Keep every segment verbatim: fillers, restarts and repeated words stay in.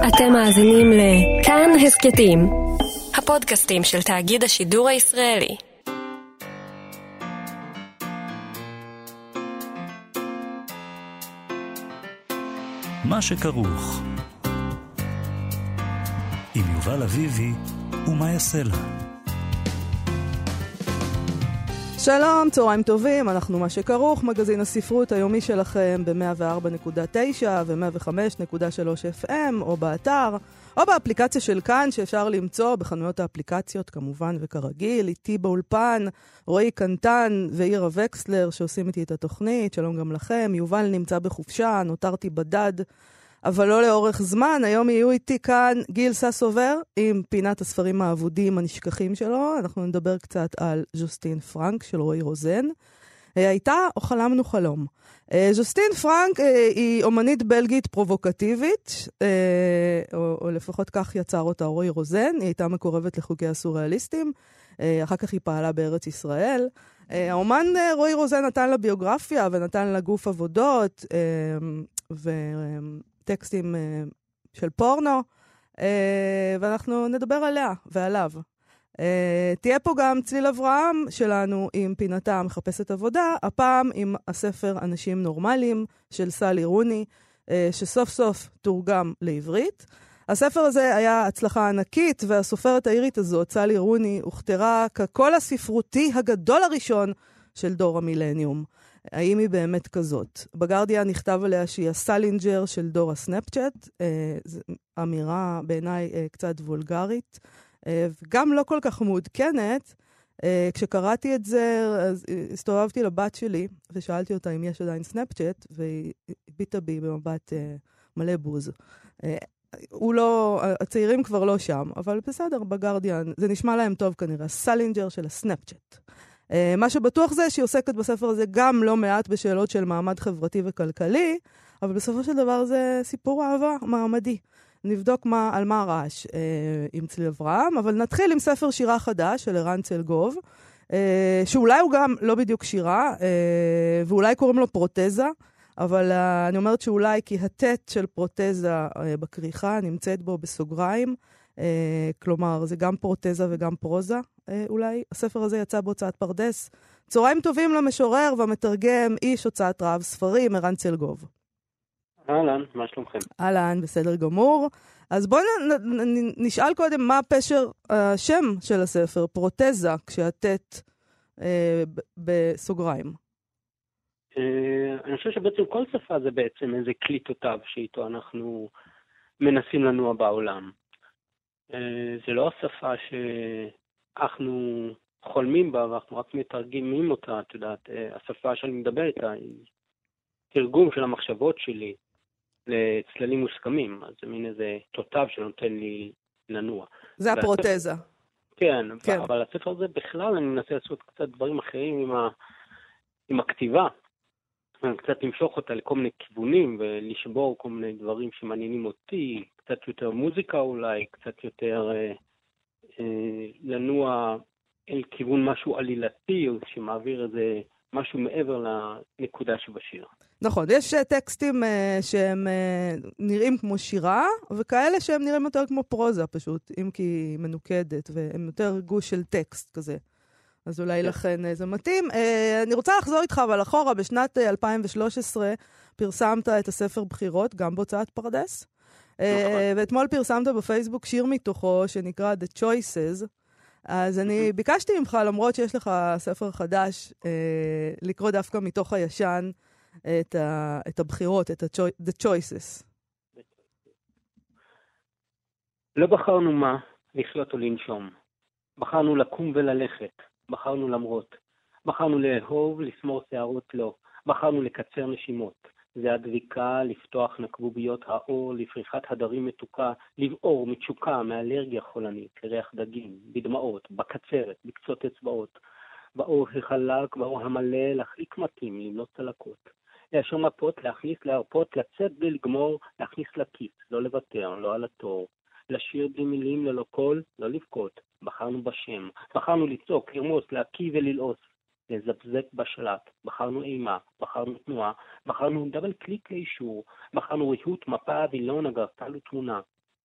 אתם מאזינים לכאן הסקטים, הפודקאסטים של תאגיד השידור הישראלי. מה שכרוך עם יובל אביבי ומה יעשה לה. שלום, צהריים טובים, אנחנו מה שכרוך, מגזין הספרות היומי שלכם ב-מאה וארבע נקודה תשע ו-מאה וחמש נקודה שלוש אף אם, או באתר, או באפליקציה של כאן שאפשר למצוא בחנויות האפליקציות כמובן וכרגיל. איתי באולפן רועי קנטן ואירה וקסלר שעושים איתי את התוכנית. שלום גם לכם. יובל נמצא בחופשה, נותרתי בדד, אבל לא לאורך זמן. היום יהיו איתי כאן גיל ססובר עם פינת הספרים האבודים הנשכחים שלו. אנחנו נדבר קצת על ז'וסטין פרנק של רועי רוזן. הייתה או חלמנו חלום. ז'וסטין פרנק היא אומנית בלגית פרובוקטיבית, או, או לפחות כך יצר אותה רועי רוזן. היא הייתה מקורבת לחוקי הסוריאליסטים, אחר כך היא פעלה בארץ ישראל. האומן רועי רוזן נתן לה ביוגרפיה ונתן לה גוף עבודות וטקסטים של פורנו, ואנחנו נדבר עליה ועליו. Uh, תהיה פה גם צליל אברהם שלנו עם פינתה מחפשת עבודה, הפעם עם הספר אנשים נורמליים של סלי רוני, uh, שסוף סוף תורגם לעברית. הספר הזה היה הצלחה ענקית, והסופרת האירית הזאת, סלי רוני, הוכתרה כקול הספרותי הגדול הראשון של דור המילניום. האם היא באמת כזאת? בגרדיה נכתב עליה שהיא הסלינג'ר של דור הסנאפצ'אט, uh, אמירה בעיניי uh, קצת וולגרית, וגם לא כל כך מעודכנת. כשקראתי את זה, אז הסתובבתי לבת שלי, ושאלתי אותה אם יש עדיין סנאפצ'אט, והיא ביטה בי במבט מלא בוז. הוא לא, הצעירים כבר לא שם, אבל בסדר, בגרדיאן, זה נשמע להם טוב כנראה, סלינג'ר של הסנאפצ'אט. מה שבטוח זה שהיא עוסקת בספר הזה גם לא מעט בשאלות של מעמד חברתי וכלכלי, אבל בסופו של דבר זה סיפור אהבה מעמדי. נבדוק מה, על מה הרעש אה, עם צליל אברהם, אבל נתחיל עם ספר שירה חדש של ערן צלגוב, אה, שאולי הוא גם לא בדיוק שירה, אה, ואולי קוראים לו פרוטזה, אבל אה, אני אומרת שאולי כי הטט של פרוטזה אה, בקריחה נמצאת בו בסוגריים, אה, כלומר זה גם פרוטזה וגם פרוזה, אה, אולי הספר הזה יצא בהוצאת פרדס. צהריים טובים למשורר והמתרגם איש הוצאת רעב ספרים, ערן צלגוב. אהלן, מה שלומכם? אהלן, בסדר גמור. אז בואו נ, נ, נשאל קודם מה פשר השם של הספר, פרוטזה, כשהטט אה, ב, בסוגריים. אה, אני חושב שבעצם כל שפה זה בעצם איזה כלי תותב שאיתו אנחנו מנסים לנוע בעולם. אה, זה לא השפה שאנחנו חולמים בה ואנחנו רק מתרגמים אותה, את יודעת, אה, השפה שאני מדבר איתה היא תרגום של המחשבות שלי לצללים מוסכמים, אז זה מין איזה תותב שנותן לי לנוע. זה הפרוטזה. כן, כן, אבל הספר הזה בכלל אני מנסה לעשות קצת דברים אחרים עם, ה... עם הכתיבה, קצת למשוך אותה לכל מיני כיוונים ולשבור כל מיני דברים שמעניינים אותי, קצת יותר מוזיקה אולי, קצת יותר אה, אה, לנוע אל כיוון משהו עלילתי, או שמעביר איזה משהו מעבר לנקודה שבשיר. נכון, יש טקסטים uh, שהם uh, נראים כמו שירה, וכאלה שהם נראים יותר כמו פרוזה פשוט, אם כי מנוקדת, והם יותר גוש של טקסט כזה. אז אולי yeah. לכן uh, זה מתאים. Uh, אני רוצה לחזור איתך, אבל אחורה, בשנת uh, אלפיים ושלוש עשרה פרסמת את הספר בחירות, גם בהוצאת פרדס. נכון. Uh, ואתמול פרסמת בפייסבוק שיר מתוכו, שנקרא The Choices. אז אני ביקשתי ממך, למרות שיש לך ספר חדש, אה, לקרוא דווקא מתוך הישן את, ה, את הבחירות, את ה- The Choices. לא בחרנו מה, לחיות או לנשום. בחרנו לקום וללכת. בחרנו למרות. בחרנו לאהוב, לסמור שערות לא. בחרנו לקצר נשימות. זה הדביקה, לפתוח נקבוביות האור, לפריחת הדרים מתוקה, לבעור מתשוקה, מאלרגיה חולנית, לריח דגים, בדמעות, בקצרת, בקצות אצבעות, באור החלק, באור המלא, להחליק מתים, למנות צלקות. לאשר מפות, להכניס להרפות, לצאת בלי לגמור, להכניס לכיס, לא לוותר, לא על התור. לשיר בלי מילים, ללא קול, לא לבכות. בחרנו בשם, בחרנו לצעוק, לרמוס, להקיא וללעוס. לזבזק בשלט, בחרנו אימה, בחרנו תנועה, בחרנו דאבל קליק לאישור, בחרנו ריהוט, מפה, וילון, אגרטל ותמונה,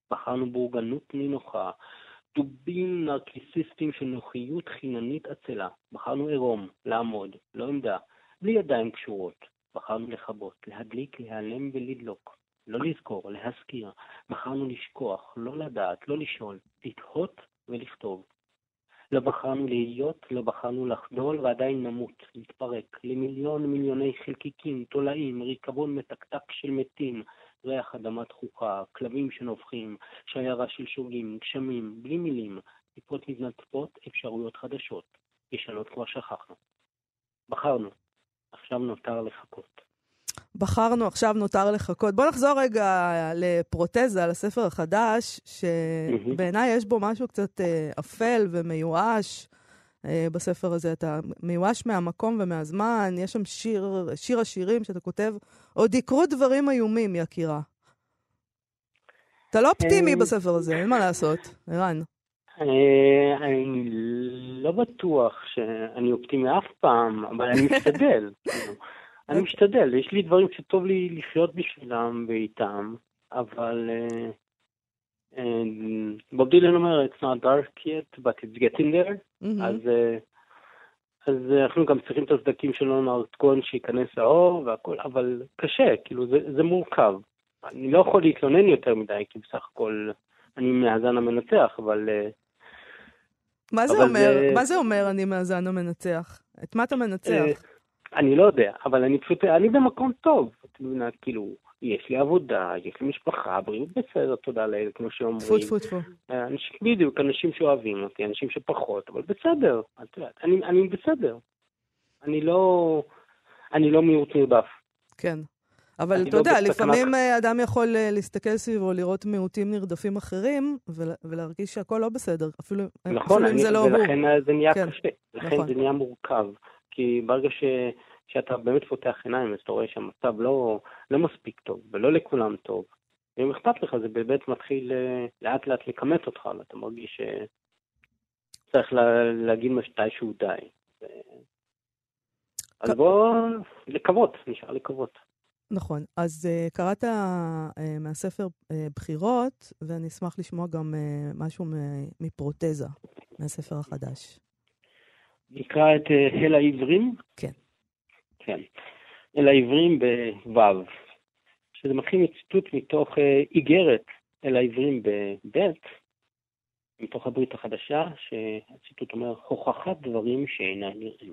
בחרנו בורגנות נינוחה, דובים נרקיסיסטים של נוחיות חיננית עצלה. בחרנו עירום, לעמוד, לא עמדה, בלי ידיים קשורות. בחרנו לחבות, להדליק, להיעלם ולדלוק. לא לזכור, להזכיר. בחרנו לשכוח, לא לדעת, לא לשאול, לתהות ולכתוב. לא בחרנו להיות, לא בחרנו לחדול, ועדיין נמות, להתפרק, למיליון מיליוני חלקיקים, תולעים, ריקבון מתקתק של מתים, ריח אדמה דחוכה, כלבים שנובחים, שיירה של שוגים, גשמים, בלי מילים, טיפות מתנדפות, אפשרויות חדשות. ישנות כבר שכחנו. בחרנו, עכשיו נותר לחכות. בחרנו, עכשיו נותר לחכות. בוא נחזור רגע לפרוטזה, לספר החדש, שבעיניי יש בו משהו קצת אפל ומיואש. בספר הזה אתה מיואש מהמקום ומהזמן, יש שם שיר, שיר השירים שאתה כותב, עוד יקרו דברים איומים, יקירה. אתה לא אופטימי בספר הזה, אין מה לעשות, ערן. אני לא בטוח שאני אופטימי אף פעם, אבל אני משתדל. אני משתדל, יש לי דברים שטוב לי לחיות בשבילם ואיתם, אבל בוב דילן אומר, it's not dark yet, but it's getting there, אז אז אנחנו גם צריכים את הסדקים שלנו לארטקון שיכנס האור והכל, אבל קשה, כאילו זה מורכב. אני לא יכול להתלונן יותר מדי, כי בסך הכל אני מהזן המנצח, אבל... מה זה אומר? מה זה אומר אני מהזן המנצח? את מה אתה מנצח? אני לא יודע, אבל אני פשוט, אני במקום טוב. כאילו, יש לי עבודה, יש לי משפחה, בריאות בסדר, תודה לאל, כמו שאומרים. טפו, טפו, טפו. בדיוק, אנשים שאוהבים אותי, אנשים שפחות, אבל בסדר. אני, אני בסדר. אני לא, אני לא מיעוט נרדף. כן. אבל אתה יודע, לפעמים אדם יכול להסתכל סביבו, לראות מיעוטים נרדפים אחרים, ולהרגיש שהכל לא בסדר, אפילו אם זה לא הוא. ולכן זה נהיה קשה, לכן זה נהיה מורכב. כי ברגע ש, שאתה באמת פותח עיניים, אז אתה רואה שהמצב לא, לא מספיק טוב, ולא לכולם טוב. ואם אכפת לך, זה באמת מתחיל לאט לאט לקמת אותך, ואתה מרגיש שצריך לה, להגיד משתישהו די. ו... אז בוא לקוות, נשאר לקוות. נכון, אז uh, קראת uh, מהספר uh, בחירות, ואני אשמח לשמוע גם uh, משהו מפרוטזה, מהספר החדש. נקרא את אל העברים? כן. כן. אל העברים בוו. שזה מתחיל מציטוט מתוך איגרת אל העברים בבית, מתוך הברית החדשה, שהציטוט אומר, הוכחת דברים שאינם נראים.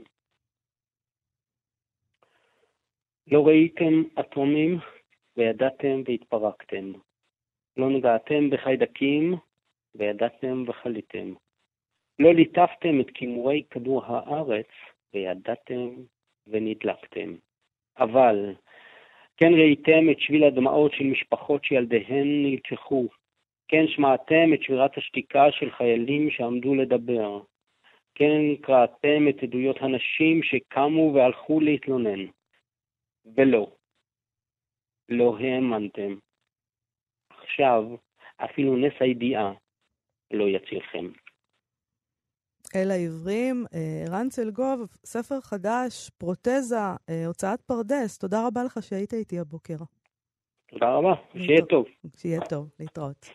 לא ראיתם אטומים וידעתם והתפרקתם. לא נגעתם בחיידקים וידעתם וחליתם. לא ליטפתם את כימורי כדור הארץ וידעתם ונדלקתם. אבל כן ראיתם את שביל הדמעות של משפחות שילדיהן נלקחו. כן שמעתם את שבירת השתיקה של חיילים שעמדו לדבר. כן קראתם את עדויות הנשים שקמו והלכו להתלונן. ולא. לא האמנתם. עכשיו אפילו נס הידיעה לא יצילכם. אל העברים, ערן צלגוב, ספר חדש, פרוטזה, הוצאת פרדס. תודה רבה לך שהיית איתי הבוקר. תודה רבה, שיהיה טוב. שיהיה טוב, להתראות.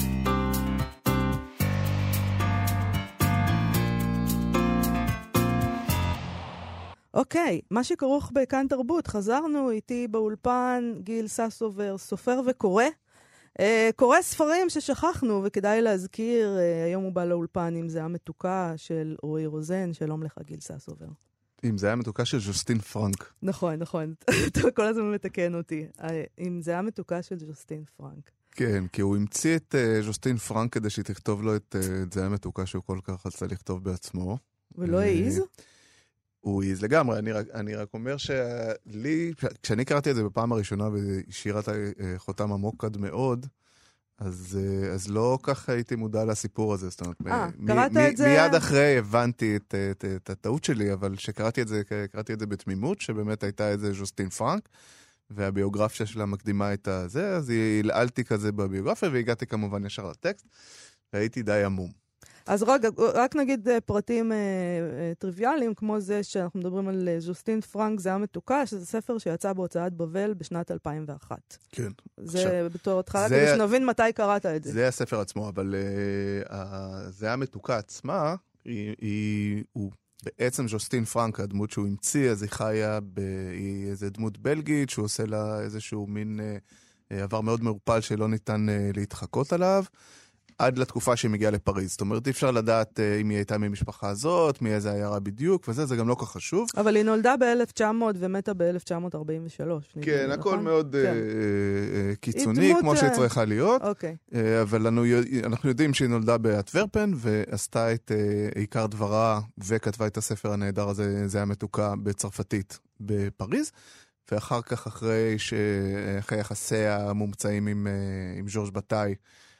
אוקיי, מה שכרוך בכאן תרבות, חזרנו איתי באולפן גיל ססובר, סופר וקורא. Uh, קורא ספרים ששכחנו, וכדאי להזכיר, uh, היום הוא בא לאולפן עם זה המתוקה של רועי רוזן. שלום לך גיל ססובר. עם זה המתוקה של ז'וסטין פרנק. נכון, נכון. אתה כל הזמן מתקן אותי. עם זה המתוקה של ז'וסטין פרנק. כן, כי הוא המציא את uh, ז'וסטין פרנק כדי שהיא תכתוב לו את uh, זה המתוקה שהוא כל כך רצה לכתוב בעצמו. ולא העיז? הוא העיז לגמרי. אני רק, אני רק אומר שלי, כשאני קראתי את זה בפעם הראשונה והשאירת חותם עמוק עד מאוד, אז, אז לא כך הייתי מודע לסיפור הזה. זאת אומרת, 아, מ, קראת מ, את זה... מיד אחרי הבנתי את, את, את הטעות שלי, אבל שקראתי את זה, קראתי את זה בתמימות, שבאמת הייתה איזה ז'וסטין פרנק, והביוגרפיה שלה מקדימה הייתה זה, אז הלעלתי כזה בביוגרפיה, והגעתי כמובן ישר לטקסט, והייתי די עמום. אז רק, רק נגיד פרטים אה, אה, טריוויאליים, כמו זה שאנחנו מדברים על אה, ז'וסטין פרנק, זה המתוקה, שזה ספר שיצא בהוצאת בבל בשנת אלפיים ואחת. כן. זה עכשיו, בתור התחלה, זה, כדי שנבין מתי קראת את זה. זה הספר עצמו, אבל uh, זה המתוקה עצמה, היא, היא, הוא בעצם ז'וסטין פרנק, הדמות שהוא המציא, אז היא חיה, ב, היא איזו דמות בלגית, שהוא עושה לה איזשהו מין uh, עבר מאוד מעורפל שלא ניתן uh, להתחקות עליו, עד לתקופה שהיא מגיעה לפריז. זאת אומרת, אי אפשר לדעת uh, אם היא הייתה ממשפחה הזאת, מאיזה עיירה בדיוק, וזה, זה גם לא כך חשוב. אבל היא נולדה ב-אלף תשע מאות ומתה ב-אלף תשע מאות ארבעים ושלוש. כן, נדמה, הכל נכון? מאוד כן. uh, uh, קיצוני, דמות, כמו uh, שהיא צריכה להיות. אוקיי. Uh, אבל לנו, אנחנו יודעים שהיא נולדה באטוורפן, ועשתה את uh, עיקר דברה, וכתבה את הספר הנהדר הזה, זה המתוקה בצרפתית בפריז. ואחר כך, אחרי, ש... אחרי יחסיה המומצאים עם, uh, עם ז'ורג' בטאי,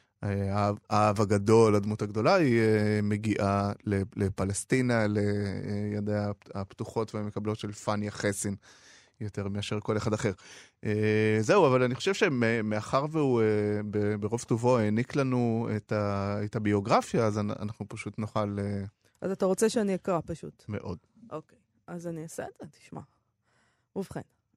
האב הגדול, הדמות הגדולה, היא מגיעה לפלסטינה, לידיה הפתוחות והמקבלות של פניה חסין, יותר מאשר כל אחד אחר. זהו, אבל אני חושב שמאחר והוא ברוב טובו העניק לנו את הביוגרפיה, אז אנחנו פשוט נוכל... אז אתה רוצה שאני אקרא פשוט? מאוד. אוקיי, אז אני אעשה את זה, תשמע. ובכן.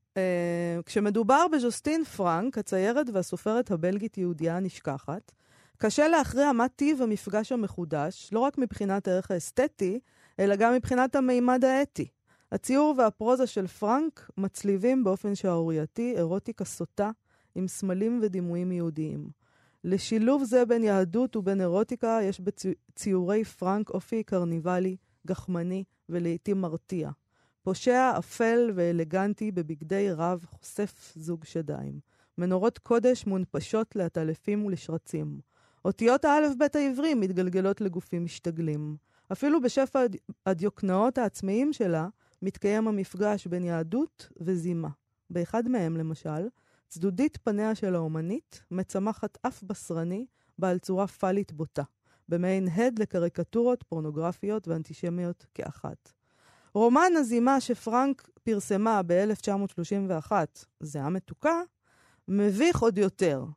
Uh, כשמדובר בז'וסטין פרנק, הציירת והסופרת הבלגית יהודייה נשכחת, קשה להכריע מה טיב המפגש המחודש, לא רק מבחינת הערך האסתטי, אלא גם מבחינת המימד האתי. הציור והפרוזה של פרנק מצליבים באופן שערורייתי אירוטיקה סוטה עם סמלים ודימויים יהודיים. לשילוב זה בין יהדות ובין אירוטיקה יש בציורי פרנק אופי קרניבלי, גחמני ולעיתים מרתיע. פושע, אפל ואלגנטי בבגדי רב חושף זוג שדיים. מנורות קודש מונפשות לעטלפים ולשרצים. אותיות האלף בית העברי מתגלגלות לגופים משתגלים. אפילו בשפע הדיוקנאות העצמיים שלה מתקיים המפגש בין יהדות וזימה. באחד מהם, למשל, צדודית פניה של האומנית מצמחת אף בשרני בעל צורה פלית בוטה, במעין הד לקריקטורות פורנוגרפיות ואנטישמיות כאחת. רומן הזימה שפרנק פרסמה ב-אלף תשע מאות שלושים ואחת, זה המתוקה, מביך עוד יותר.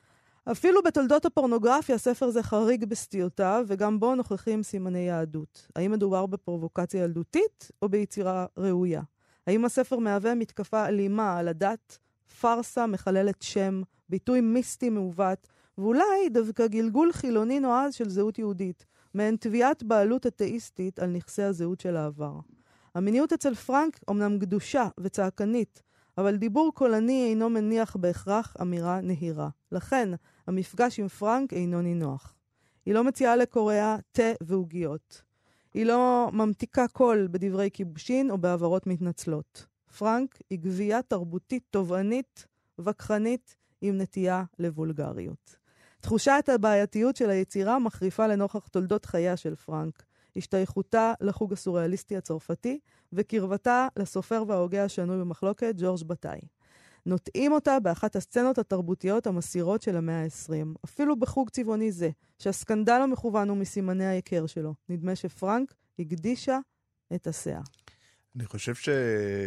אפילו בתולדות הפורנוגרפיה, ספר זה חריג בסטיותיו, וגם בו נוכחים סימני יהדות. האם מדובר בפרובוקציה ילדותית או ביצירה ראויה? האם הספר מהווה מתקפה אלימה על הדת, פרסה מחללת שם, ביטוי מיסטי מעוות, ואולי דווקא גלגול חילוני נועז של זהות יהודית, מעין תביעת בעלות אתאיסטית על נכסי הזהות של העבר. המיניות אצל פרנק אומנם גדושה וצעקנית, אבל דיבור קולני אינו מניח בהכרח אמירה נהירה. לכן, המפגש עם פרנק אינו נינוח. היא לא מציעה לקוריאה תה ועוגיות. היא לא ממתיקה קול בדברי כיבושין או בעברות מתנצלות. פרנק היא גבייה תרבותית תובענית, וכחנית, עם נטייה לבולגריות. תחושת הבעייתיות של היצירה מחריפה לנוכח תולדות חייה של פרנק. השתייכותה לחוג הסוריאליסטי הצרפתי, וקרבתה לסופר וההוגה השנוי במחלוקת, ז'ורג' בטאי. נוטעים אותה באחת הסצנות התרבותיות המסירות של המאה ה-עשרים, אפילו בחוג צבעוני זה, שהסקנדל המכוון הוא מסימני היקר שלו. נדמה שפרנק הקדישה את הסאה. אני חושב ש...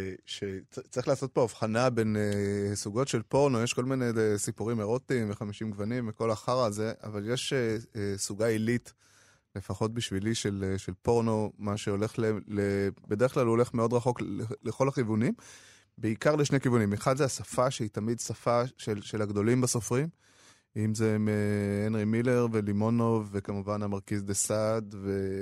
שצריך לעשות פה הבחנה בין uh, סוגות של פורנו, יש כל מיני uh, סיפורים אירוטיים וחמישים גוונים וכל החרא הזה, אבל יש uh, uh, סוגה עילית, לפחות בשבילי, של, של פורנו, מה שהולך, ל, ל, בדרך כלל הוא הולך מאוד רחוק לכל הכיוונים, בעיקר לשני כיוונים. אחד זה השפה, שהיא תמיד שפה של, של הגדולים בסופרים, אם זה הנרי מילר ולימונוב, וכמובן המרקיז דה סאד,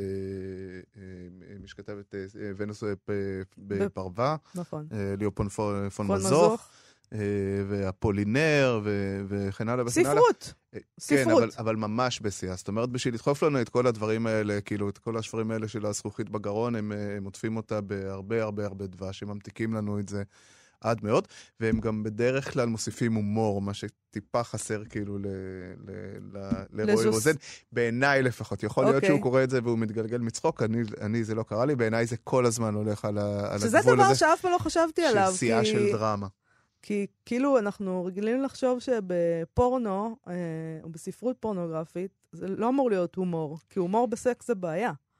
ומי שכתב את ונוס בפרווה, נכון. ליאופון פון מזוך, והפולינר, וכן הלאה וכן הלאה. ספרות. כן, אבל, אבל ממש בשיאה. זאת אומרת, בשביל לדחוף לנו את כל הדברים האלה, כאילו, את כל השפרים האלה של הזכוכית בגרון, הם, הם עוטפים אותה בהרבה הרבה הרבה דבש, הם ממתיקים לנו את זה עד מאוד, והם גם בדרך כלל מוסיפים הומור, מה שטיפה חסר כאילו לרועי רוזן, בעיניי לפחות. יכול להיות שהוא קורא את זה והוא מתגלגל מצחוק, אני, אני זה לא קרה לי, בעיניי זה כל הזמן הולך על הגבול הזה. שזה דבר שאף פעם לא חשבתי עליו. של שיאה של דרמה. כי כאילו אנחנו רגילים לחשוב שבפורנו, אה, או בספרות פורנוגרפית, זה לא אמור להיות הומור, כי הומור בסקס זה בעיה.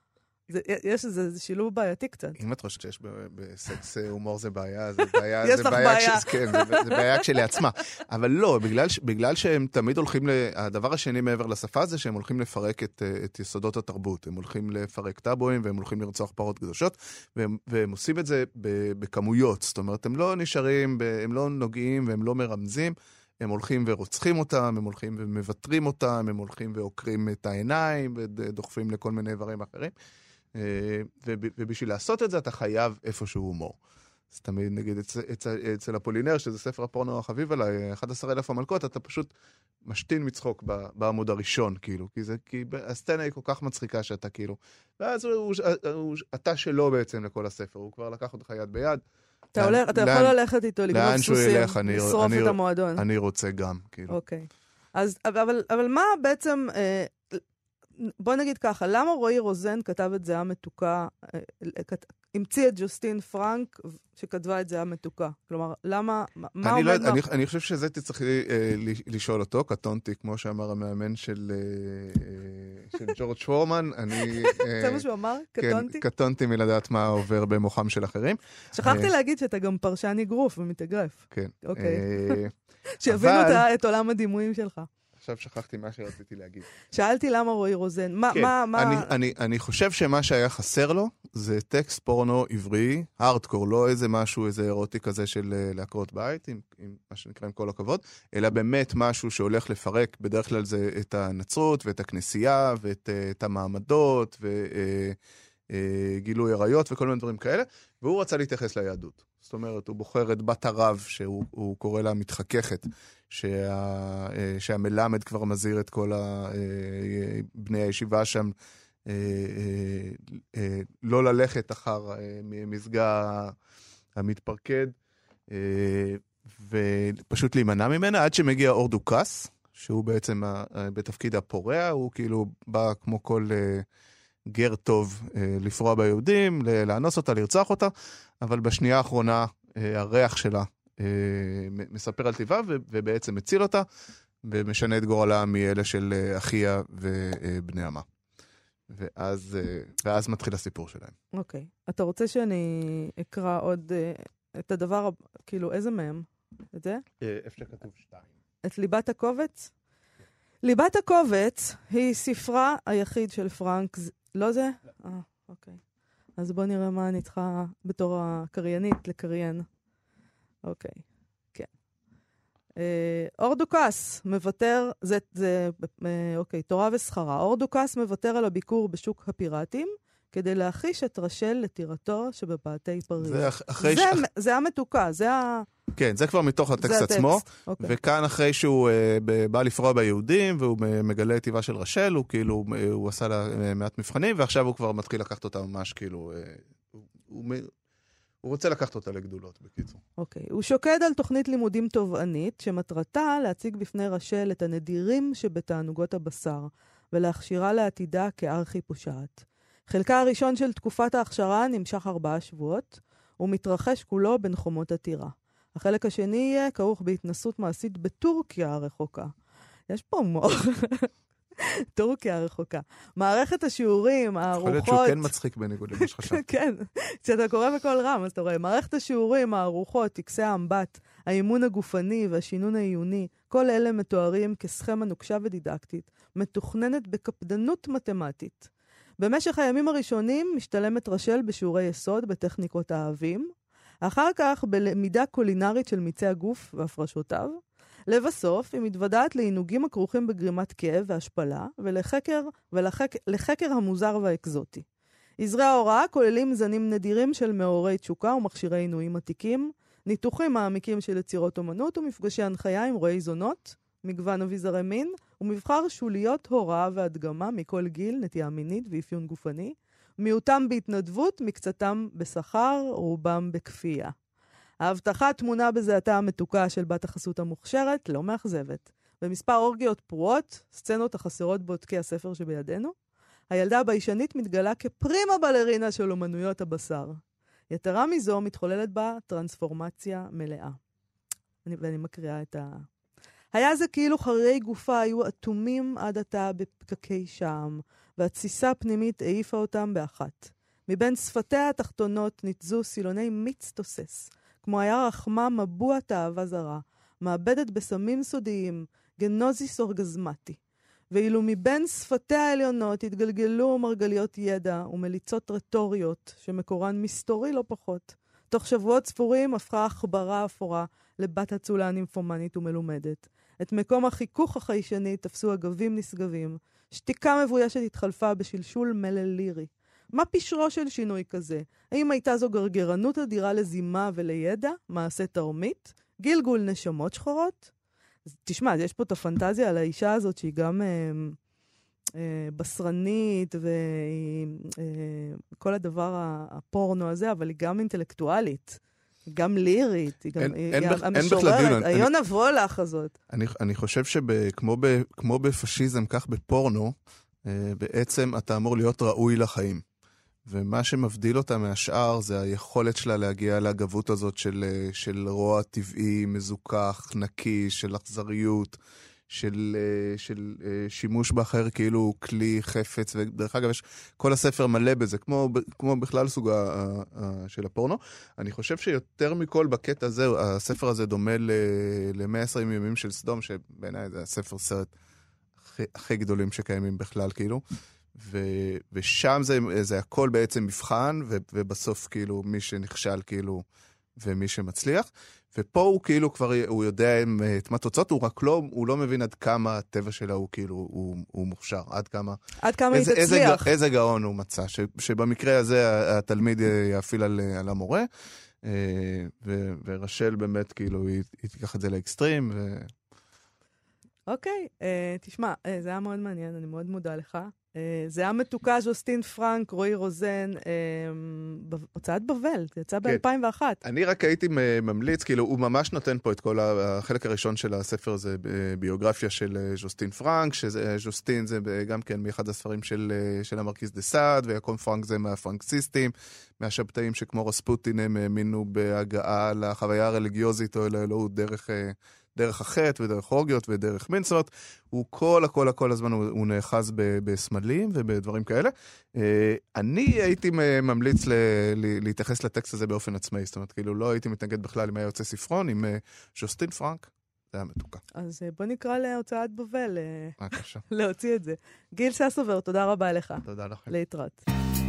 זה, יש איזה, זה שילוב בעייתי קצת. אם את חושבת שיש בסקס הומור זה בעיה, זה בעיה, יש זה לך בעיה, בעיה. כש, כן, זה, זה בעיה כשלעצמה. אבל לא, בגלל, בגלל שהם תמיד הולכים, ל, הדבר השני מעבר לשפה זה שהם הולכים לפרק את, את יסודות התרבות. הם הולכים לפרק טאבואים, והם הולכים לרצוח פרות קדושות, והם, והם עושים את זה בכמויות. זאת אומרת, הם לא נשארים, הם לא נוגעים, והם לא מרמזים, הם הולכים ורוצחים אותם, הם הולכים ומוותרים אותם, הם הולכים ועוקרים את העיניים, ודוחפים לכל מיני דברים אחרים. ובשביל לעשות את זה אתה חייב איפשהו הומור. אז תמיד נגיד אצל, אצל, אצל הפולינר, שזה ספר הפורנו החביב עליי, אחד עשר אלף המלכות, אתה פשוט משתין מצחוק בעמוד הראשון, כאילו, כי, זה, כי הסצנה היא כל כך מצחיקה שאתה כאילו, ואז הוא, הוא, הוא, אתה שלו בעצם לכל הספר, הוא כבר לקח אותך יד ביד. אתה, לאן, הולך, אתה לאן, יכול ללכת איתו, לגנוב סוסים, לשרוף אני, את המועדון. אני רוצה גם, כאילו. אוקיי. אז, אבל, אבל מה בעצם... אה, בוא נגיד ככה, למה רועי רוזן כתב את זהה מתוקה, המציא את ג'וסטין פרנק שכתבה את זהה מתוקה? כלומר, למה, מה עומד לא, מה... אני, אני חושב שזה תצטרכי אה, לשאול אותו, קטונתי, כמו שאמר המאמן של, אה, של ג'ורג' פורמן, אני... אה, זה מה שהוא אמר? קטונתי? כן, קטונתי מלדעת מה עובר במוחם של אחרים. שכחתי אה, להגיד שאתה גם פרשן אגרוף ומתאגרף. כן. אוקיי. אה, שיבינו אבל... את עולם הדימויים שלך. עכשיו שכחתי מה שרציתי להגיד. שאלתי למה רועי רוזן. מה, כן, מה, מה... אני, אני, אני חושב שמה שהיה חסר לו, זה טקסט פורנו עברי, הארדקור, לא איזה משהו, איזה אירוטי כזה של לעקרות בית, עם, עם מה שנקרא עם כל הכבוד, אלא באמת משהו שהולך לפרק, בדרך כלל זה את הנצרות, ואת הכנסייה, ואת את המעמדות, וגילוי עריות, וכל מיני דברים כאלה, והוא רצה להתייחס ליהדות. זאת אומרת, הוא בוחר את בת הרב, שהוא קורא לה מתחככת, שה, שהמלמד כבר מזהיר את כל בני הישיבה שם, לא ללכת אחר מזגה המתפרקד, ופשוט להימנע ממנה, עד שמגיע אורדוקס, שהוא בעצם בתפקיד הפורע, הוא כאילו בא כמו כל גר טוב לפרוע ביהודים, לאנוס אותה, לרצח אותה, אבל בשנייה האחרונה הריח שלה מספר על טבעה, ובעצם מציל אותה, ומשנה את גורלה מאלה של אחיה ובני עמה. ואז, ואז מתחיל הסיפור שלהם. אוקיי. אתה רוצה שאני אקרא עוד את הדבר, כאילו, איזה מהם? את זה? איפה שכתוב שתיים. את ליבת הקובץ? ליבת הקובץ היא ספרה היחיד של פרנק, לא זה? אה, אוקיי. אז בוא נראה מה אני צריכה בתור הקריינית לקריין. אוקיי, כן. אורדוקס מבטר, זה, זה, אוקיי, תורה ושכרה. אורדוקס מבטר על הביקור בשוק הפיראטים, כדי להחיש את רשל לטירתו שבבתי פריז. זה, אחרי זה, ש... זה המתוקה, זה ה... כן, זה כבר מתוך הטקסט עצמו, אוקיי. וכאן אחרי שהוא uh, בא לפרוע ביהודים, והוא מגלה את טבעה של רשל, הוא כאילו, הוא עשה לה uh, מעט מבחנים, ועכשיו הוא כבר מתחיל לקחת אותה ממש כאילו, uh, הוא, הוא, הוא רוצה לקחת אותה לגדולות, בקיצור. אוקיי, הוא שוקד על תוכנית לימודים תובענית, שמטרתה להציג בפני רשל את הנדירים שבתענוגות הבשר, ולהכשירה לעתידה כארכי פושעת. חלקה הראשון של תקופת ההכשרה נמשך ארבעה שבועות, ומתרחש כולו בין חומות הטירה. החלק השני יהיה כרוך בהתנסות מעשית בטורקיה הרחוקה. יש פה מור. טורקיה הרחוקה. מערכת השיעורים, הארוחות... יכול להיות שהוא כן מצחיק בניגוד למה שחשבתי. כן, כשאתה קורא בכל רם, אז אתה רואה, מערכת השיעורים, הארוחות, טקסי האמבט, האימון הגופני והשינון העיוני, כל אלה מתוארים כסכמה נוקשה ודידקטית, מתוכננת בקפדנות מתמטית. במשך הימים הראשונים משתלמת רשל בשיעורי יסוד בטכניקות האהבים, אחר כך בלמידה קולינרית של מיצי הגוף והפרשותיו, לבסוף היא מתוודעת לעינוגים הכרוכים בגרימת כאב והשפלה, ולחקר, ולחקר, לחקר המוזר והאקזוטי. עזרי ההוראה כוללים זנים נדירים של מאורי תשוקה ומכשירי עינויים עתיקים, ניתוחים מעמיקים של יצירות אומנות ומפגשי הנחיה עם רואי זונות, מגוון אביזרי מין, ומבחר שוליות הוראה והדגמה מכל גיל, נטייה מינית ואפיון גופני, מיעוטם בהתנדבות, מקצתם בשכר, רובם בכפייה. ההבטחה תמונה בזהתה המתוקה של בת החסות המוכשרת, לא מאכזבת. במספר אורגיות פרועות, סצנות החסרות בודקי הספר שבידינו, הילדה הביישנית מתגלה כפרימה בלרינה של אומנויות הבשר. יתרה מזו מתחוללת בה טרנספורמציה מלאה. אני, ואני מקריאה את ה... היה זה כאילו חרירי גופה היו אטומים עד עתה בפקקי שם, והתסיסה הפנימית העיפה אותם באחת. מבין שפתיה התחתונות ניתזו סילוני מיץ תוסס, כמו היה רחמה מבוע תאווה זרה, מאבדת בסמים סודיים, גנוזיס אורגזמטי. ואילו מבין שפתיה העליונות התגלגלו מרגליות ידע ומליצות רטוריות, שמקורן מסתורי לא פחות. תוך שבועות ספורים הפכה החברה אפורה לבת הצולה נימפומנית ומלומדת. את מקום החיכוך החיישני תפסו אגבים נשגבים. שתיקה מבוישת התחלפה בשלשול מלל לירי. מה פשרו של שינוי כזה? האם הייתה זו גרגרנות אדירה לזימה ולידע? מעשה תרמית? גלגול נשמות שחורות? תשמע, יש פה את הפנטזיה על האישה הזאת שהיא גם אה, אה, בשרנית וכל אה, הדבר הפורנו הזה, אבל היא גם אינטלקטואלית. היא גם לירית, היא גם אין, היא, אין היא בכ, המשוררת, היונה וולך הזאת. אני, אני חושב שכמו בפשיזם, כך בפורנו, אה, בעצם אתה אמור להיות ראוי לחיים. ומה שמבדיל אותה מהשאר זה היכולת שלה להגיע להגבות הזאת של, של רוע טבעי, מזוכח, נקי, של אכזריות, של, של שימוש באחר כאילו כלי חפץ, ודרך אגב יש כל הספר מלא בזה, כמו, כמו בכלל סוג של הפורנו. אני חושב שיותר מכל בקטע הזה, הספר הזה דומה ל-מאה ועשרים ימים של סדום, שבעיניי זה הספר סרט הכי, הכי גדולים שקיימים בכלל כאילו. ו- ושם זה, זה הכל בעצם מבחן, ו- ובסוף כאילו מי שנכשל כאילו, ומי שמצליח. ופה הוא כאילו כבר, הוא יודע את מה תוצאות, הוא רק לא, הוא לא מבין עד כמה הטבע שלה הוא כאילו, הוא, הוא מוכשר, עד כמה... עד כמה איזה, היא תצליח. איזה, איזה גאון הוא מצא, ש- שבמקרה הזה התלמיד יאפיל על, על המורה, ו- ורשל באמת כאילו, היא, היא תיקח את זה לאקסטרים, ו... אוקיי, uh, תשמע, uh, זה היה מאוד מעניין, אני מאוד מודה לך. Uh, זה היה מתוקה, ז'וסטין פרנק, רועי רוזן, uh, הוצאת בבל, זה יצא ב-אלפיים ואחת. אני רק הייתי ממליץ, כאילו, הוא ממש נותן פה את כל החלק הראשון של הספר הזה, ביוגרפיה של ז'וסטין פרנק, שז'וסטין זה גם כן מאחד הספרים של, של המרקיז דה סאד, ויקום פרנק זה מהפרנקסיסטים, מהשבתאים שכמו רספוטין הם האמינו בהגעה לחוויה הרליגיוזית או לאלוהות דרך... דרך החטא ודרך אורגיות ודרך מינסות, הוא כל הכל הכל הזמן הוא, הוא נאחז ב, בסמלים ובדברים כאלה. אני הייתי ממליץ ל, ל, להתייחס לטקסט הזה באופן עצמאי, זאת אומרת, כאילו לא הייתי מתנגד בכלל אם היה יוצא ספרון, עם ז'וסטין פרנק, זה היה מתוקה. אז בוא נקרא להוצאת בבל, בבקשה. להוציא את זה. גיל ססובר, תודה רבה לך. תודה לכם. להתראות.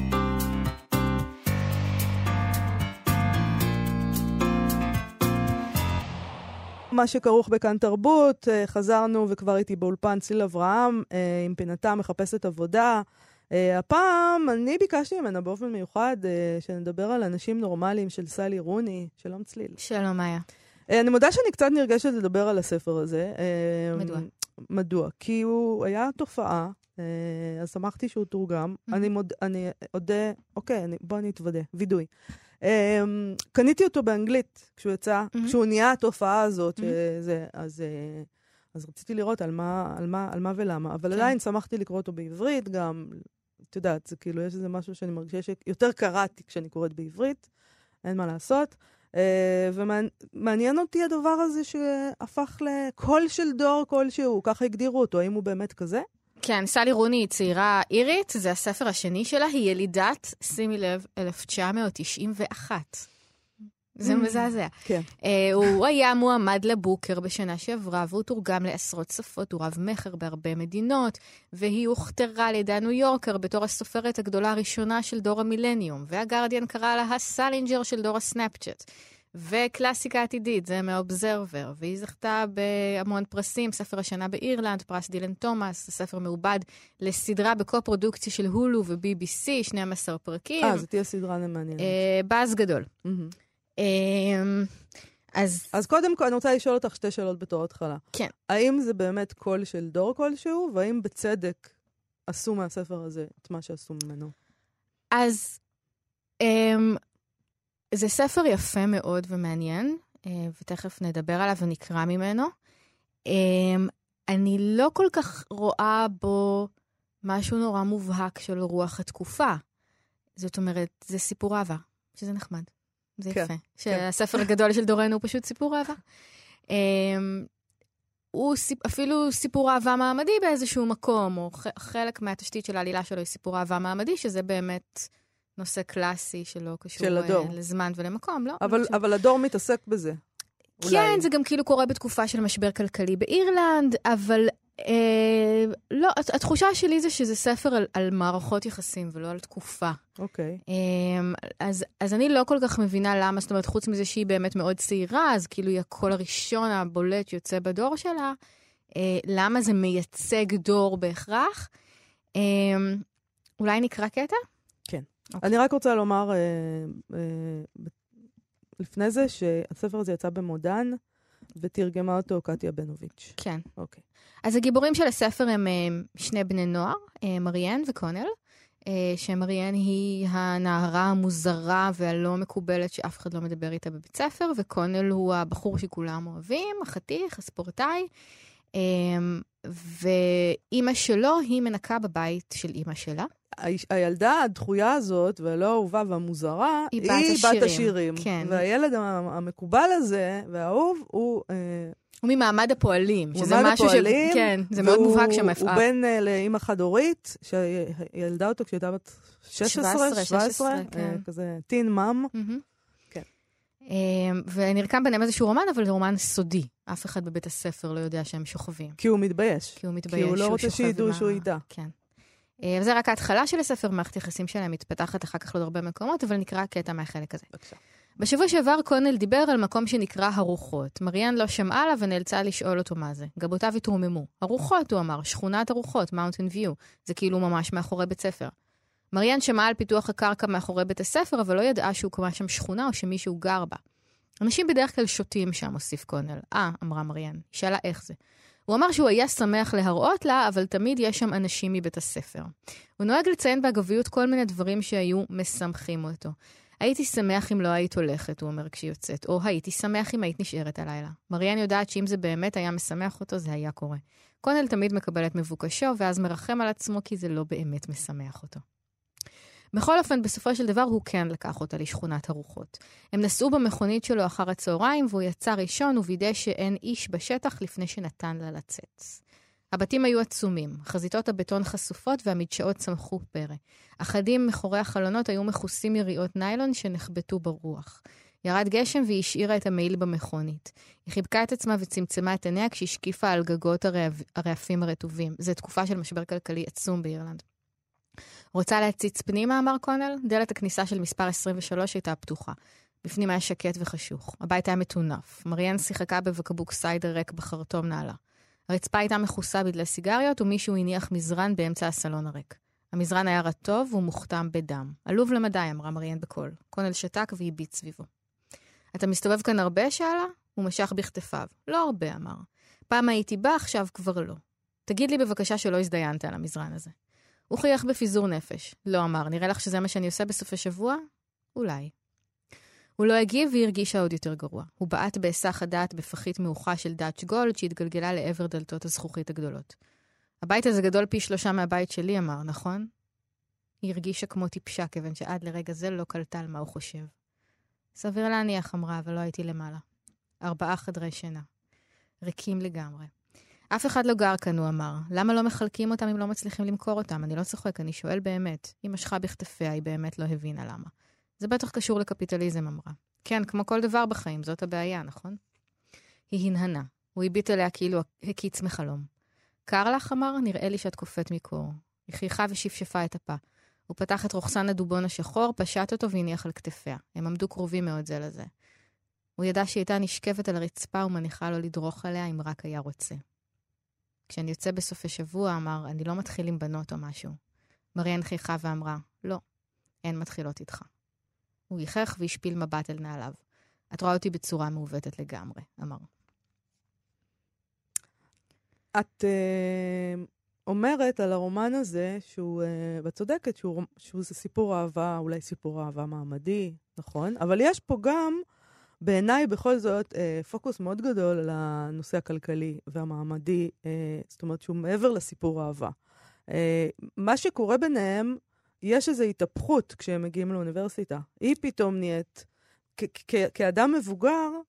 מה שכרוך בכאן תרבות, חזרנו וכבר הייתי באולפן צליל אברהם, עם פינתה מחפשת עבודה. הפעם אני ביקשתי ממנה באופן מיוחד שנדבר על אנשים נורמליים של סלי רוני. שלום צליל. שלום מאיה. אני מודה שאני קצת נרגשת לדבר על הספר הזה. מדוע? מדוע? כי הוא היה תופעה, אז שמחתי שהוא תורגם. אני מוד, אני עודה, אוקיי, בוא אני אתוודה, וידוי. Um, קניתי אותו באנגלית כשהוא יצא, mm-hmm. כשהוא נהיה התופעה הזאת, mm-hmm. שזה, אז, אז רציתי לראות על מה, על מה, על מה ולמה, אבל כן. עדיין שמחתי לקרוא אותו בעברית, גם, את יודעת, זה כאילו, יש איזה משהו שאני מרגישה שיותר קראתי כשאני קוראת בעברית, אין מה לעשות, uh, ומעניין אותי הדבר הזה שהפך לקול של דור כלשהו, ככה הגדירו אותו, האם הוא באמת כזה? כן, סלי רוני היא צעירה אירית, זה הספר השני שלה, היא ילידת, שימי לב, אלף תשע מאות תשעים ואחת. זה מזעזע. כן. הוא היה מועמד לבוקר בשנה שעברה, והוא תורגם לעשרות שפות, הוא רב מחר בהרבה מדינות, והיא הוכתרה לידי ניו יורקר בתור הסופרת הגדולה הראשונה של דור המילניום, והגרדיאן קרא לה הסלינג'ר של דור הסנאפצ'אט. וקלאסיקה עתידית, זה מאובזרבר, והיא זכתה בהמון פרסים, ספר השנה באירלנד, פרס דילן תומאס, ספר מעובד לסדרה בקו-פרודוקציה של הולו ו-בי בי סי, שנים עשר פרקים. אה, זאת תהיה סדרה מעניינת. באז גדול. אז... אז קודם כל, אני רוצה לשאול אותך שתי שאלות בתור התחלה. כן. האם זה באמת קול של דור כלשהו, והאם בצדק עשו מהספר הזה את מה שעשו ממנו? אז... זה ספר יפה מאוד ומעניין, ותכף נדבר עליו ונקרא ממנו. אני לא כל כך רואה בו משהו נורא מובהק של רוח התקופה. זאת אומרת, זה סיפור אהבה, שזה נחמד. זה יפה. שהספר הגדול של דורנו הוא פשוט סיפור אהבה. הוא סיפ, אפילו סיפור אהבה מעמדי באיזשהו מקום, או ח, חלק מהתשתית של העלילה שלו היא סיפור אהבה מעמדי, שזה באמת נושא קלאסי שלא קשור של הדור. לזמן ולמקום, לא? אבל, אבל הדור מתעסק בזה. כן, אולי. זה גם כאילו קורה בתקופה של משבר כלכלי באירלנד, אבל אה, לא, התחושה שלי זה שזה ספר על, על מערכות יחסים ולא על תקופה. אוקיי. אה, אז, אז אני לא כל כך מבינה למה, זאת אומרת, חוץ מזה שהיא באמת מאוד צעירה, אז כאילו היא הקול הראשון הבולט יוצא בדור שלה, אה, למה זה מייצג דור בהכרח? אה, אולי נקרא קטע? כן. אני רק רוצה לומר, אה, אה, לפני זה, שהספר הזה יצא במודן, ותרגמה אותו קטיה בנוביץ'. כן. אוקיי. אז הגיבורים של הספר הם שני בני נוער, מריאן וקונל, שמריאן היא הנערה המוזרה והלא מקובלת שאף אחד לא מדבר איתה בבית ספר, וקונל הוא הבחור שכולם אוהבים, החתיך, הספורטאי, ואימא שלו היא מנקה בבית של אימא שלה. הילדה הדחויה הזאת, ולא אהובה והמוזרה, היא היא בת בת השירים. כן. והילד המקובל הזה, והאהוב, הוא... הוא ממעמד הפועלים, שזה ממעמד משהו הפועלים, ש... כן, זה מאוד מובהק שם. הוא בן לאמא חד-הורית, שילדה אותו כשהייתה בת שש עשרה, שבע עשרה, כזה טין מאם. כן. ונרקם ביניהם איזשהו רומן, אבל זה רומן סודי. אף אחד בבית הספר לא יודע שהם שוכבים. כי הוא מתבייש. כי הוא מתבייש. כי הוא לא רוצה שידעו שהוא איתה. כן. וזה רק ההתחלה של הספר, מערכת יחסים שלהם מתפתחת אחר כך לעוד הרבה מקומות, אבל נקרא קטע מהחלק הזה. בבקשה. בשבוע שעבר קונל דיבר על מקום שנקרא הרוחות. מריאן לא שמעה לה ונאלצה לשאול אותו מה זה. גבותיו התרוממו. הרוחות, הוא אמר, שכונת הרוחות, מאונטן ויו. זה כאילו ממש מאחורי בית ספר. מריאן שמעה על פיתוח הקרקע מאחורי בית הספר, אבל לא ידעה שהוא קמה שם שכונה או שמישהו גר בה. אנשים בדרך כלל שותים שם, הוסיף קונל. אה, אמרה מריאן. היא שאלה איך זה. הוא אמר שהוא היה שמח להראות לה, אבל תמיד יש שם אנשים מבית הספר. הוא נוהג לציין באגביות כל מיני דברים שהיו משמחים אותו. הייתי שמח אם לא היית הולכת, הוא אומר כשהיא יוצאת, או הייתי שמח אם היית נשארת הלילה. מריאן יודעת שאם זה באמת היה משמח אותו, זה היה קורה. קונל תמיד מקבל את מבוקשו, ואז מרחם על עצמו כי זה לא באמת משמח אותו. בכל אופן, בסופו של דבר הוא כן לקח אותה לשכונת הרוחות. הם נסעו במכונית שלו אחר הצהריים, והוא יצא ראשון ווידא שאין איש בשטח לפני שנתן לה לצאת. הבתים היו עצומים, חזיתות הבטון חשופות והמדשאות צמחו פרא. אחדים מחורי החלונות היו מכוסים יריעות ניילון שנחבטו ברוח. ירד גשם והיא השאירה את המעיל במכונית. היא חיבקה את עצמה וצמצמה את עיניה כשהשקיפה על גגות הרעפים הרטובים. זו תקופה של משבר כלכלי עצום באירלנד. רוצה להציץ פנימה, אמר קונל? דלת הכניסה של מספר עשרים ושלוש הייתה פתוחה. בפנים היה שקט וחשוך. הבית היה מטונף. מריאן שיחקה בבקבוק סיידר ריק בחרטום נעלה. הרצפה הייתה מכוסה בדלי סיגריות, ומישהו הניח מזרן באמצע הסלון הריק. המזרן היה רטוב ומוכתם בדם. עלוב למדי, אמרה מריאן בקול. קונל שתק והביט סביבו. אתה מסתובב כאן הרבה, שאלה? הוא משך בכתפיו. לא הרבה, אמר. פעם הייתי בא, עכשיו כבר לא. תגיד לי בבקשה שלא הזדיינת על המזרן הזה. הוא חייך בפיזור נפש. לא, אמר, נראה לך שזה מה שאני עושה בסופי שבוע? אולי. הוא לא הגיב והרגישה עוד יותר גרוע. הוא בעט בהיסח הדעת בפחית מאוחה של דאץ' גולד שהתגלגלה לעבר דלתות הזכוכית הגדולות. הבית הזה גדול פי שלושה מהבית שלי, אמר, נכון? היא הרגישה כמו טיפשה, כיוון שעד לרגע זה לא קלטה על מה הוא חושב. סביר להניח, אמרה, אבל לא הייתי למעלה. ארבעה חדרי שינה. ריקים לגמרי. אף אחד לא גר כאן, הוא אמר. למה לא מחלקים אותם אם לא מצליחים למכור אותם? אני לא צוחק, אני שואל באמת. היא משכה בכתפיה, היא באמת לא הבינה למה. זה בטח קשור לקפיטליזם, אמרה. כן, כמו כל דבר בחיים, זאת הבעיה, נכון? היא הנהנה. הוא הביט עליה כאילו הקיץ מחלום. קר לך, אמר, נראה לי שאת קופאת מקור. היא חייכה ושפשפה את הפה. הוא פתח את רוחסן הדובון השחור, פשט אותו והניח על כתפיה. הם עמדו קרובים מאוד זה לזה. הוא ידע שהיא הייתה נשכבת על הרצפה ומניחה לו לדרוך עליה אם רק היה רוצה. כשאני יוצא בסופי שבוע, אמר, אני לא מתחיל עם בנות או משהו. מריאן חייכה ואמרה, לא, אין מתחילות איתך. הוא ייחך והשפיל מבט אל נעליו. את רואה אותי בצורה מעוותת לגמרי, אמר. את uh, אומרת על הרומן הזה, שהוא, uh, ואת צודקת, שהוא, שהוא זה סיפור אהבה, אולי סיפור אהבה מעמדי, נכון? אבל יש פה גם, בעיניי בכל זאת, uh, פוקוס מאוד גדול על הנושא הכלכלי והמעמדי, uh, זאת אומרת שהוא מעבר לסיפור אהבה. Uh, מה שקורה ביניהם, יש איזו התהפכות כשהם מגיעים לאוניברסיטה. היא פתאום נהיית, כאדם מבוגר,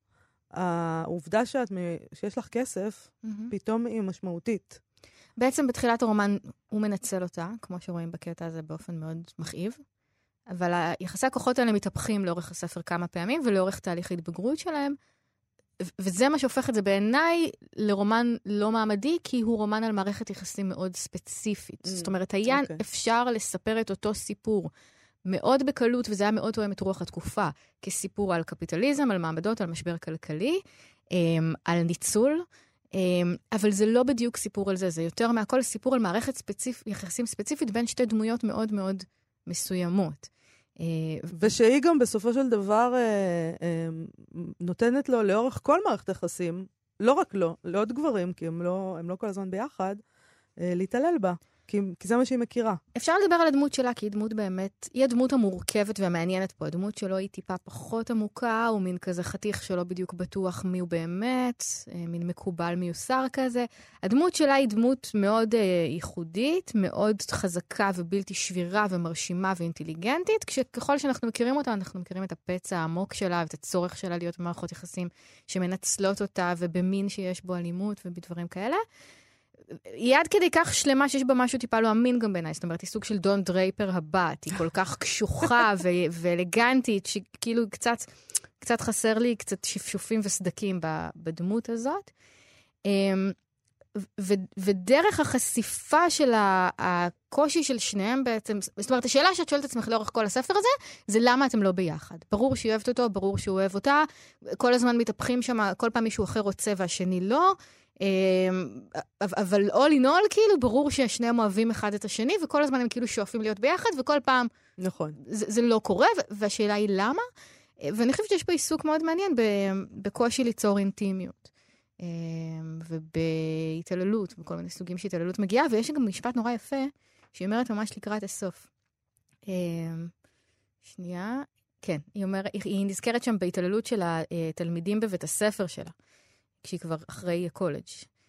העובדה שאת, שיש לך כסף, Mm-hmm. פתאום היא משמעותית. בעצם בתחילת הרומן הוא מנצל אותה, כמו שרואים בקטע הזה באופן מאוד מכאיב, אבל יחסי הכוחות האלה מתהפכים לאורך הספר כמה פעמים, ולאורך תהליך ההתבגרות שלהם, וזה מה שהופך את זה בעיניי לרומן לא מעמדי, כי הוא רומן על מערכת יחסים מאוד ספציפית. Mm, זאת אומרת, היה okay. אפשר לספר את אותו סיפור מאוד בקלות, וזה היה מאוד תואם את רוח התקופה, כסיפור על קפיטליזם, על מעמדות, על משבר כלכלי, על ניצול, אבל זה לא בדיוק סיפור על זה, זה יותר מהכל סיפור על מערכת ספציפ... יחסים ספציפית בין שתי דמויות מאוד מאוד מסוימות. ושהיא גם בסופו של דבר נותנת לו לאורך כל מערכת יחסים, לא רק לו, לעוד גברים, כי הם לא, הם לא כל הזמן ביחד, להתעלל בה. כי, כי זה מה שהיא מכירה. אפשר לדבר על הדמות שלה, כי היא דמות באמת, היא הדמות המורכבת והמעניינת פה. הדמות שלו היא טיפה פחות עמוקה, הוא מין כזה חתיך שלא בדיוק בטוח מי הוא באמת, מין מקובל מיוסר כזה. הדמות שלה היא דמות מאוד אה, ייחודית, מאוד חזקה ובלתי שבירה ומרשימה ואינטליגנטית, כשככל שאנחנו מכירים אותה, אנחנו מכירים את הפצע העמוק שלה, ואת הצורך שלה להיות במערכות יחסים שמנצלות אותה, ובמין שיש בו אלימות ובדברים כאלה. היא עד כדי כך שלמה שיש בה משהו טיפה לא אמין גם בעיניי. זאת אומרת, היא סוג של דון דרייפר הבת. היא כל כך קשוחה ו- ואלגנטית, שכאילו קצת, קצת חסר לי קצת שפשופים וסדקים בדמות הזאת. ו- ודרך החשיפה של הקושי של שניהם בעצם, זאת אומרת, השאלה שאת שואלת עצמך לאורך כל הספר הזה, זה למה אתם לא ביחד. ברור שהיא אוהבת אותו, ברור שהוא אוהב אותה, כל הזמן מתהפכים שם, כל פעם מישהו אחר רוצה והשני לא, אבל all in all, כאילו, ברור ששניהם אוהבים אחד את השני, וכל הזמן הם כאילו שואפים להיות ביחד, וכל פעם נכון. זה, זה לא קורה, והשאלה היא למה? ואני חושבת שיש פה עיסוק מאוד מעניין בקושי ליצור אינטימיות, ובהתעללות, בכל מיני סוגים שהתעללות מגיעה, ויש גם משפט נורא יפה, שהיא אומרת ממש לקראת הסוף. שנייה, כן, היא אומרת, היא נזכרת שם בהתעללות של התלמידים בבית הספר שלה, כשהיא כבר אחרי הקולג'.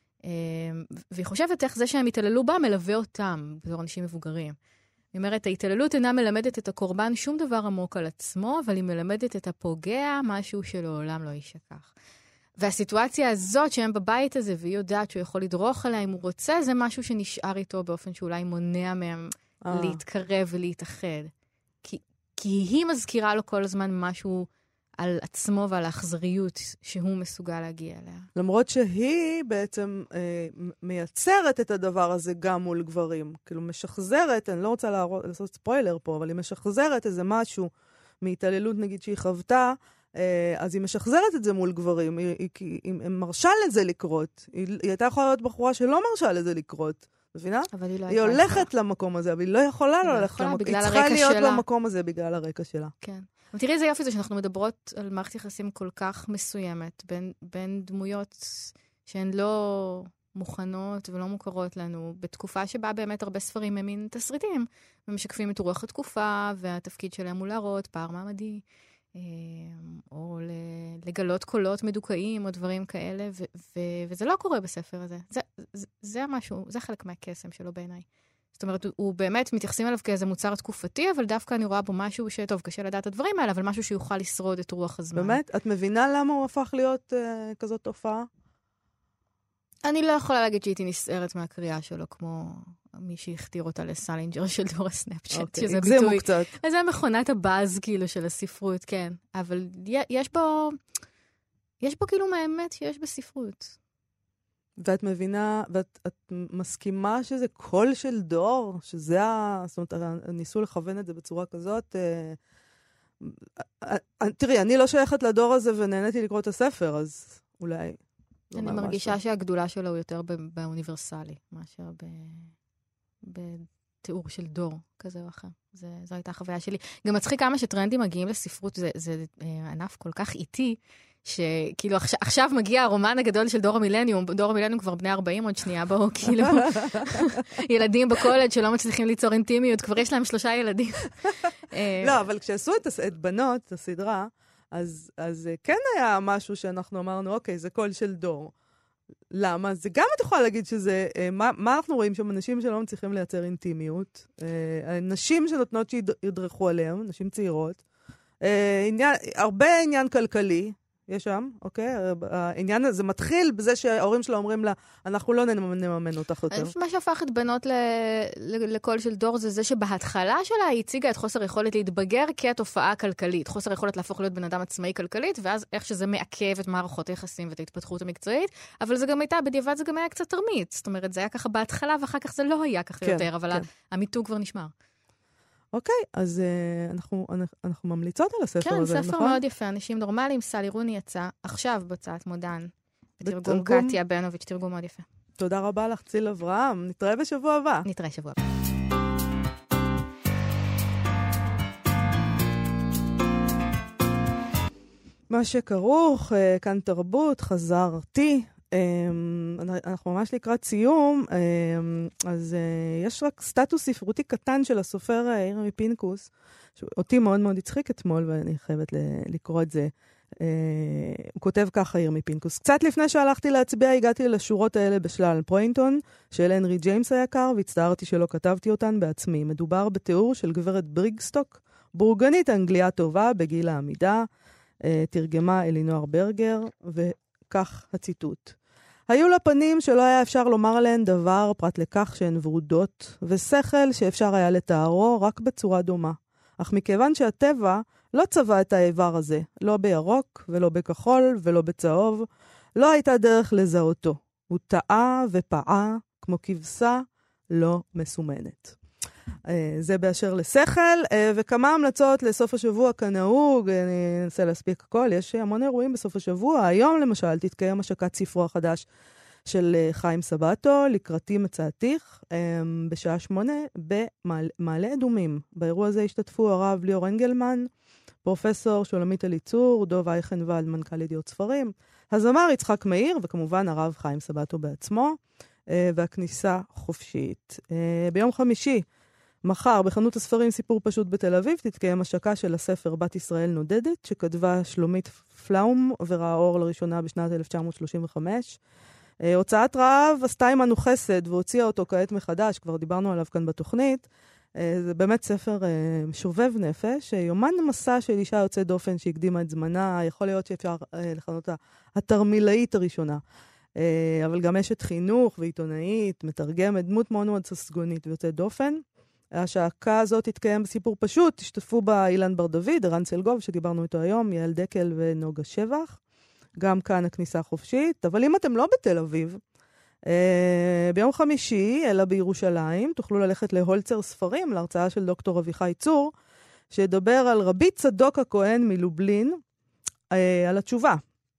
והיא חושבת איך זה שהם התעללו בה מלווה אותם בתור אנשים מבוגרים. היא אומרת, ההתעללות אינה מלמדת את הקורבן שום דבר עמוק על עצמו, אבל היא מלמדת את הפוגע משהו שלעולם לא יישכח. והסיטואציה הזאת שהם בבית הזה, והיא יודעת שהוא יכול לדרוך עליה אם הוא רוצה, זה משהו שנשאר איתו באופן שאולי מונע מהם אה. להתקרב ולהתאחד. כי, כי היא מזכירה לו כל הזמן משהו על עצמו ועל האכזריות שהוא מסוגל להגיע אליה. למרות שהיא בעצם אה, מייצרת את הדבר הזה גם מול גברים. כאילו משחזרת, אני לא רוצה להראות, לעשות ספוילר פה, אבל היא משחזרת איזה משהו מהתעללות נגיד שהיא חוותה, אה, אז היא משחזרת את זה מול גברים. היא, היא, היא, היא, היא מרשה לזה לקרות. היא, היא הייתה יכולה להיות בחורה שלא מרשה לזה לקרות. מבינה? אבל היא לא היא הולכת למקום הזה, אבל היא לא יכולה לא ללכת למקום. היא צריכה להיות במקום הזה בגלל הרקע שלה. כן. ותראי איזה יופי זה שאנחנו מדברות על מערכת יחסים כל כך מסוימת, בין, בין דמויות שהן לא מוכנות ולא מוכרות לנו, בתקופה שבה באמת הרבה ספרים הם מין תסריטים, ומשקפים את רוח התקופה, והתפקיד שלהם הוא להראות פער מעמדי, או לגלות קולות מדוכאים, או דברים כאלה, ו- ו- וזה לא קורה בספר הזה. זה, זה, זה משהו, זה חלק מהקסם שלו בעיניי. זאת אומרת, הוא באמת מתייחסים אליו כאיזה מוצר תקופתי, אבל דווקא אני רואה בו משהו שטוב, קשה לדעת את הדברים האלה, אבל משהו שיוכל לשרוד את רוח הזמן. באמת? את מבינה למה הוא הפך להיות uh, כזאת תופעה? אני לא יכולה להגיד שהייתי נסערת מהקריאה שלו, כמו מי שהכתיר אותה לסלינג'ר של דור הסנאפצ'אט, okay, שזה ביטוי. ביטוי. קצת. אז זה מכונת הבאז, כאילו, של הספרות, כן. אבל יש בו, יש בו כאילו מהאמת שיש בספרות. ואת מבינה, ואת את מסכימה שזה קול של דור, שזה ה... זאת אומרת, ניסו לכוון את זה בצורה כזאת. אה, אה, תראי, אני לא שייכת לדור הזה ונהניתי לקרוא את הספר, אז אולי... אני לא מרגישה משהו. שהגדולה שלו הוא יותר באוניברסלי, מאשר ב... בתיאור של דור כזה או אחר. זה, זו הייתה החוויה שלי. גם מצחיק כמה שטרנדים מגיעים לספרות, זה, זה אה, ענף כל כך איטי, שכאילו עכשיו, עכשיו מגיע הרומן הגדול של דור המילניום, דור המילניום כבר בני ארבעים עוד שנייה בו, כאילו ילדים בקולג' שלא מצליחים ליצור אינטימיות, כבר יש להם שלושה ילדים. לא, אבל כשעשו את, את בנות, את הסדרה, אז, אז כן היה משהו שאנחנו אמרנו, אוקיי, זה קול של דור. למה? זה גם את יכולה להגיד שזה, מה, מה אנחנו רואים שם? אנשים שלא מצליחים לייצר אינטימיות, נשים שנותנות שידרכו עליהם, נשים צעירות, עניין, הרבה עניין כלכלי, יש שם, אוקיי? העניין הזה מתחיל בזה שההורים שלה אומרים לה, אנחנו לא נממן אותך יותר. מה שהפך את בנות לקול של דור זה זה שבהתחלה שלה היא הציגה את חוסר יכולת להתבגר כתופעה כלכלית. חוסר יכולת להפוך להיות בן אדם עצמאי כלכלית, ואז איך שזה מעכב את מערכות היחסים ואת ההתפתחות המקצועית, אבל זה גם הייתה, בדיעבד זה גם היה קצת תרמית. זאת אומרת, זה היה ככה בהתחלה, ואחר כך זה לא היה ככה יותר, אבל המיתוג כבר נשמר. אוקיי, אז uh, אנחנו, אנחנו ממליצות על הספר כן, הזה, נכון? כן, ספר מאוד יפה, אנשים נורמליים, סלי רוני יצא עכשיו בהוצאת מודן, בתרגום קטיה בנוביץ', תרגום מאוד יפה. תודה רבה לך, ציל אברהם, נתראה בשבוע הבא. נתראה שבוע הבא. מה שכרוך, כאן תרבות, חזרתי. אנחנו ממש לקראת סיום, אז יש רק סטטוס ספרותי קטן של הסופר ירמי פינקוס, שאותי מאוד מאוד הצחיק אתמול, ואני חייבת לקרוא את זה. הוא כותב ככה, ירמי פינקוס: קצת לפני שהלכתי להצביע, הגעתי לשורות האלה בשלל פרוינטון, של הנרי ג'יימס היקר, והצטערתי שלא כתבתי אותן בעצמי. מדובר בתיאור של גברת בריגסטוק, בורגנית אנגליה טובה בגיל העמידה, תרגמה אלינור ברגר, וכך הציטוט: היו לה פנים שלא היה אפשר לומר עליהן דבר פרט לכך שהן ורודות, ושכל שאפשר היה לתארו רק בצורה דומה. אך מכיוון שהטבע לא צבע את האיבר הזה, לא בירוק ולא בכחול ולא בצהוב, לא הייתה דרך לזהותו. הוא טעה ופעה כמו כבשה לא מסומנת. זה באשר לשכל, וכמה המלצות לסוף השבוע כנהוג, אני אנסה להספיק הכל, יש המון אירועים בסוף השבוע. היום למשל תתקיים השקת ספרו החדש של חיים סבתו, לקראתי מצאתיך, בשעה שמונה במעלה אדומים. באירוע הזה השתתפו הרב ליאור אנגלמן, פרופסור שולמית אליצור, דוב אייכנוולד, מנכ"ל ידיעות ספרים, הזמר יצחק מאיר, וכמובן הרב חיים סבתו בעצמו, והכניסה חופשית. ביום חמישי, מחר, בחנות הספרים סיפור פשוט בתל אביב, תתקיים השקה של הספר בת ישראל נודדת, שכתבה שלומית פלאום וראה אור לראשונה בשנת אלף תשע מאות שלושים וחמש. הוצאת רעב עשתה עמנו חסד והוציאה אותו כעת מחדש, כבר דיברנו עליו כאן בתוכנית. זה באמת ספר שובב נפש, יומן מסע של אישה יוצאת דופן שהקדימה את זמנה, יכול להיות שאפשר לכנות אותה התרמילאית הראשונה. אבל גם אשת חינוך ועיתונאית, מתרגמת, דמות מאוד מאוד ססגונית ויוצאת דופן. השעקה הזאת תתקיים בסיפור פשוט, תשתתפו בה אילן בר דוד, ערן סלגוב שדיברנו איתו היום, יעל דקל ונוגה שבח. גם כאן הכניסה חופשית, אבל אם אתם לא בתל אביב, אה, ביום חמישי, אלא בירושלים, תוכלו ללכת להולצר ספרים, להרצאה של דוקטור אביחי צור, שידבר על רבי צדוק הכהן מלובלין, אה, על התשובה.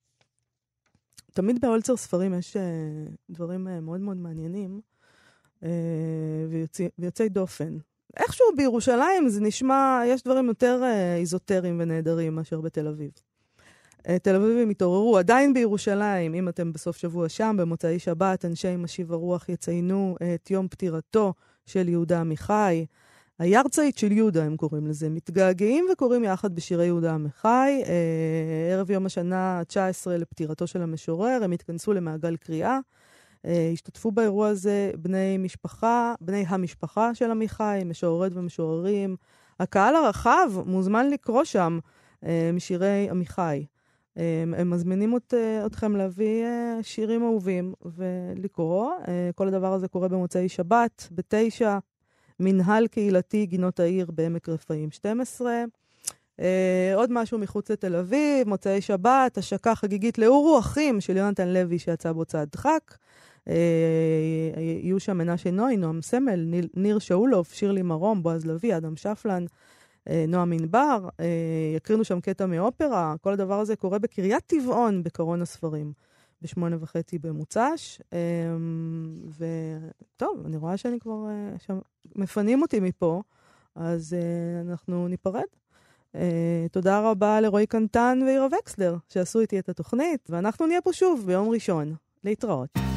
תמיד בהולצר ספרים יש אה, דברים אה, מאוד מאוד מעניינים, אה, ויוצא, ויוצאי דופן. איכשהו בירושלים זה נשמע, יש דברים יותר אה, איזוטריים ונהדרים מאשר בתל אביב. תל אביבים התעוררו עדיין בירושלים, אם אתם בסוף שבוע שם, במוצאי שבת, אנשי משיב הרוח יציינו את יום פטירתו של יהודה עמיחי. הירצייט של יהודה הם קוראים לזה, מתגעגעים וקוראים יחד בשירי יהודה עמיחי. ערב יום השנה ה-תשע עשרה לפטירתו של המשורר, הם התכנסו למעגל קריאה. השתתפו באירוע הזה בני משפחה, בני המשפחה של עמיחי, משוררת ומשוררים. הקהל הרחב מוזמן לקרוא שם משירי עמיחי. הם מזמינים אות, אתכם להביא שירים אהובים ולקרוא. כל הדבר הזה קורה במוצאי שבת, בתשע, מנהל קהילתי גינות העיר בעמק רפאים שתים עשרה. עוד משהו מחוץ לתל אביב, מוצאי שבת, השקה חגיגית לאורו אחים של יונתן לוי שיצא בהוצאת דחק. יהיו שם מנשה נוי, נועם סמל, ניר שאולוב, שירלי מרום, בועז לוי, אדם שפלן, נועם ענבר, יקרינו שם קטע מאופרה. כל הדבר הזה קורה בקריית טבעון בקרון הספרים, בשמונה וחצי במוצ"ש. וטוב, אני רואה שאני כבר, שם, מפנים אותי מפה, אז אנחנו ניפרד. תודה רבה לרועי קנטן ואירה וקסלר, שעשו איתי את התוכנית, ואנחנו נהיה פה שוב ביום ראשון. להתראות.